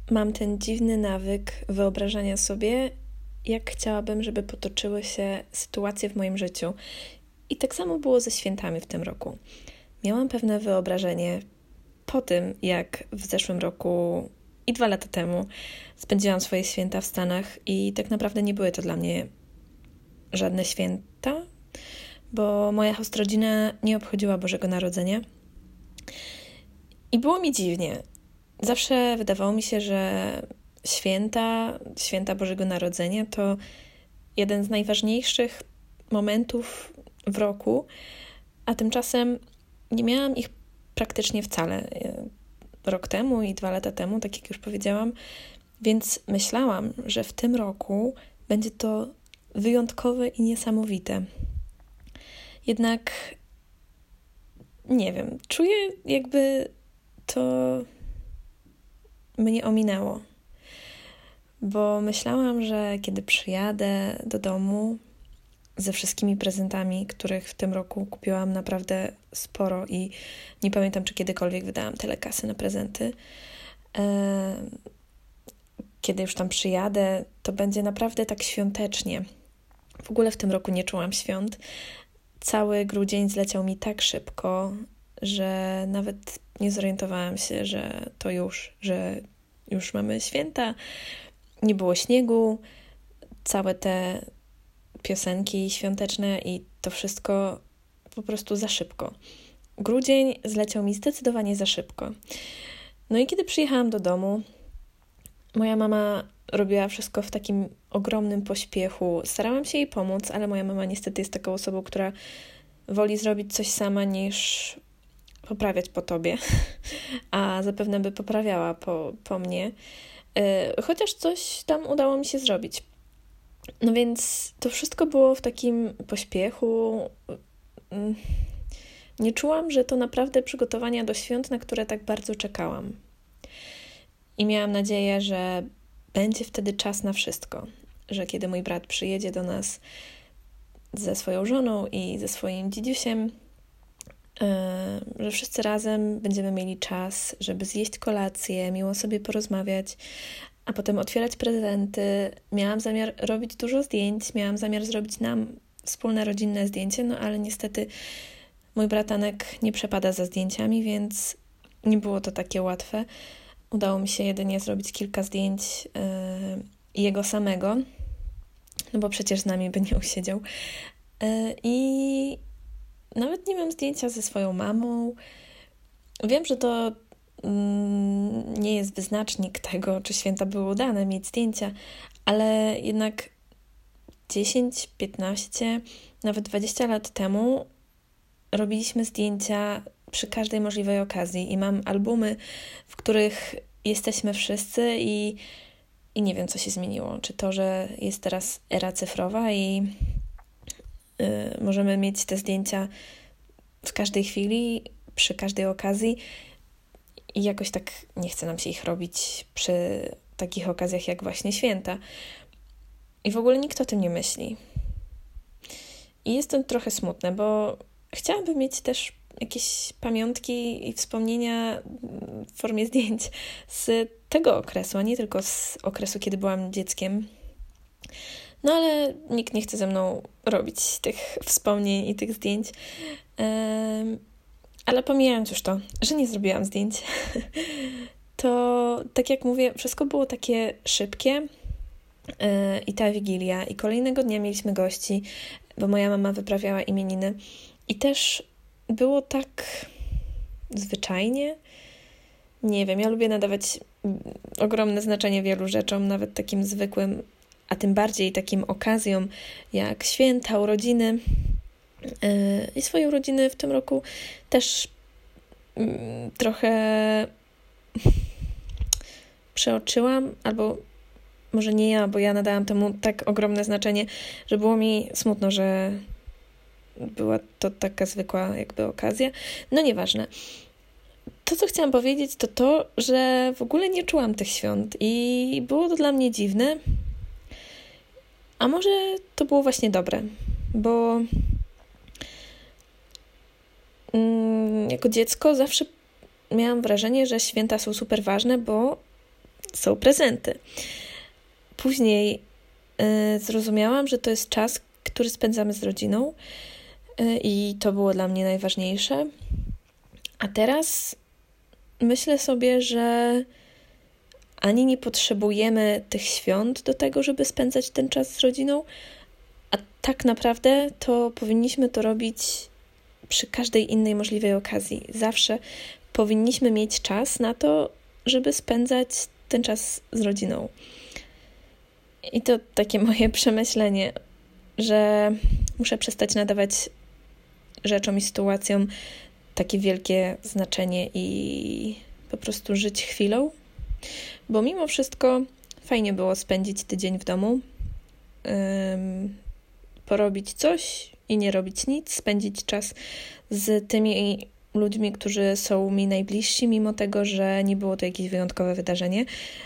Mam ten dziwny nawyk wyobrażania sobie, jak chciałabym, żeby potoczyły się sytuacje w moim życiu. I tak samo było ze świętami w tym roku. Miałam pewne wyobrażenie po tym, jak w zeszłym roku i 2 lata temu spędziłam swoje święta w Stanach i tak naprawdę nie były to dla mnie żadne święta, bo moja host rodzina nie obchodziła Bożego Narodzenia. I było mi dziwnie. Zawsze wydawało mi się, że święta Bożego Narodzenia to jeden z najważniejszych momentów w roku, a tymczasem nie miałam ich praktycznie wcale. Rok temu i 2 lata temu, tak jak już powiedziałam, więc myślałam, że w tym roku będzie to wyjątkowe i niesamowite. Jednak nie wiem, czuję jakby to mnie ominęło, bo myślałam, że kiedy przyjadę do domu ze wszystkimi prezentami, których w tym roku kupiłam naprawdę sporo i nie pamiętam, czy kiedykolwiek wydałam tyle kasy na prezenty, kiedy już tam przyjadę, to będzie naprawdę tak świątecznie. W ogóle w tym roku nie czułam świąt. Cały grudzień zleciał mi tak szybko, że nawet nie zorientowałam się, że już mamy święta. Nie było śniegu, całe te piosenki świąteczne i to wszystko po prostu za szybko. Grudzień zleciał mi zdecydowanie za szybko. No i kiedy przyjechałam do domu, moja mama robiła wszystko w takim ogromnym pośpiechu. Starałam się jej pomóc, ale moja mama niestety jest taką osobą, która woli zrobić coś sama niż poprawiać po tobie, a zapewne by poprawiała po mnie. Chociaż coś tam udało mi się zrobić. No więc to wszystko było w takim pośpiechu. Nie czułam, że to naprawdę przygotowania do świąt, na które tak bardzo czekałam. I miałam nadzieję, że będzie wtedy czas na wszystko. Że kiedy mój brat przyjedzie do nas ze swoją żoną i ze swoim dzidziusiem, że wszyscy razem będziemy mieli czas, żeby zjeść kolację, miło sobie porozmawiać, a potem otwierać prezenty. Miałam zamiar robić dużo zdjęć, miałam zamiar zrobić nam wspólne rodzinne zdjęcie, no ale niestety mój bratanek nie przepada za zdjęciami, więc nie było to takie łatwe. Udało mi się jedynie zrobić kilka zdjęć jego samego, no bo przecież z nami by nie usiedział. I nawet nie mam zdjęcia ze swoją mamą. Wiem, że to nie jest wyznacznik tego, czy święta były udane, mieć zdjęcia, ale jednak 10, 15, nawet 20 lat temu robiliśmy zdjęcia przy każdej możliwej okazji i mam albumy, w których jesteśmy wszyscy i nie wiem, co się zmieniło. Czy to, że jest teraz era cyfrowa i możemy mieć te zdjęcia w każdej chwili, przy każdej okazji i jakoś tak nie chce nam się ich robić przy takich okazjach jak właśnie święta. I w ogóle nikt o tym nie myśli. I jest to trochę smutne, bo chciałabym mieć też jakieś pamiątki i wspomnienia w formie zdjęć z tego okresu, a nie tylko z okresu, kiedy byłam dzieckiem. No ale nikt nie chce ze mną robić tych wspomnień i tych zdjęć. Ale pomijając już to, że nie zrobiłam zdjęć, to tak jak mówię, wszystko było takie szybkie i ta Wigilia i kolejnego dnia mieliśmy gości, bo moja mama wyprawiała imieniny i też było tak zwyczajnie. Nie wiem, ja lubię nadawać ogromne znaczenie wielu rzeczom, nawet takim zwykłym, a tym bardziej takim okazjom jak święta, urodziny. I swoje urodziny w tym roku też trochę przeoczyłam, albo może nie ja, bo ja nadałam temu tak ogromne znaczenie, że było mi smutno, że była to taka zwykła jakby okazja. No nieważne. To, co chciałam powiedzieć, to to, że w ogóle nie czułam tych świąt i było to dla mnie dziwne. A może to było właśnie dobre, bo jako dziecko zawsze miałam wrażenie, że święta są super ważne, bo są prezenty. Później zrozumiałam, że to jest czas, który spędzamy z rodziną i to było dla mnie najważniejsze. A teraz myślę sobie, że ani nie potrzebujemy tych świąt do tego, żeby spędzać ten czas z rodziną, a tak naprawdę to powinniśmy to robić przy każdej innej możliwej okazji. Zawsze powinniśmy mieć czas na to, żeby spędzać ten czas z rodziną. I to takie moje przemyślenie, że muszę przestać nadawać rzeczom i sytuacjom takie wielkie znaczenie i po prostu żyć chwilą, bo mimo wszystko fajnie było spędzić tydzień w domu, porobić coś i nie robić nic, spędzić czas z tymi ludźmi, którzy są mi najbliżsi, mimo tego, że nie było to jakieś wyjątkowe wydarzenie,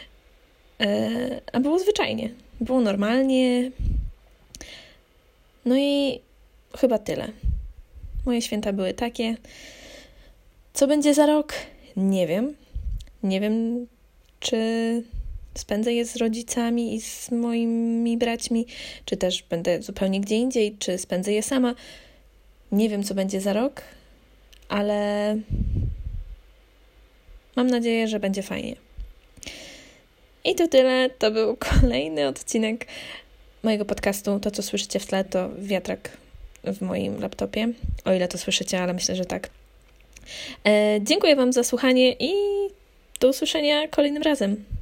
a było zwyczajnie, było normalnie. No i chyba tyle. Moje święta były takie. Co będzie za rok? Nie wiem. Nie wiem, czy spędzę je z rodzicami i z moimi braćmi, czy też będę zupełnie gdzie indziej, czy spędzę je sama. Nie wiem, co będzie za rok, ale mam nadzieję, że będzie fajnie. I to tyle. To był kolejny odcinek mojego podcastu. To, co słyszycie w tle, to wiatrak w moim laptopie. O ile to słyszycie, ale myślę, że tak. Dziękuję Wam za słuchanie i do usłyszenia kolejnym razem.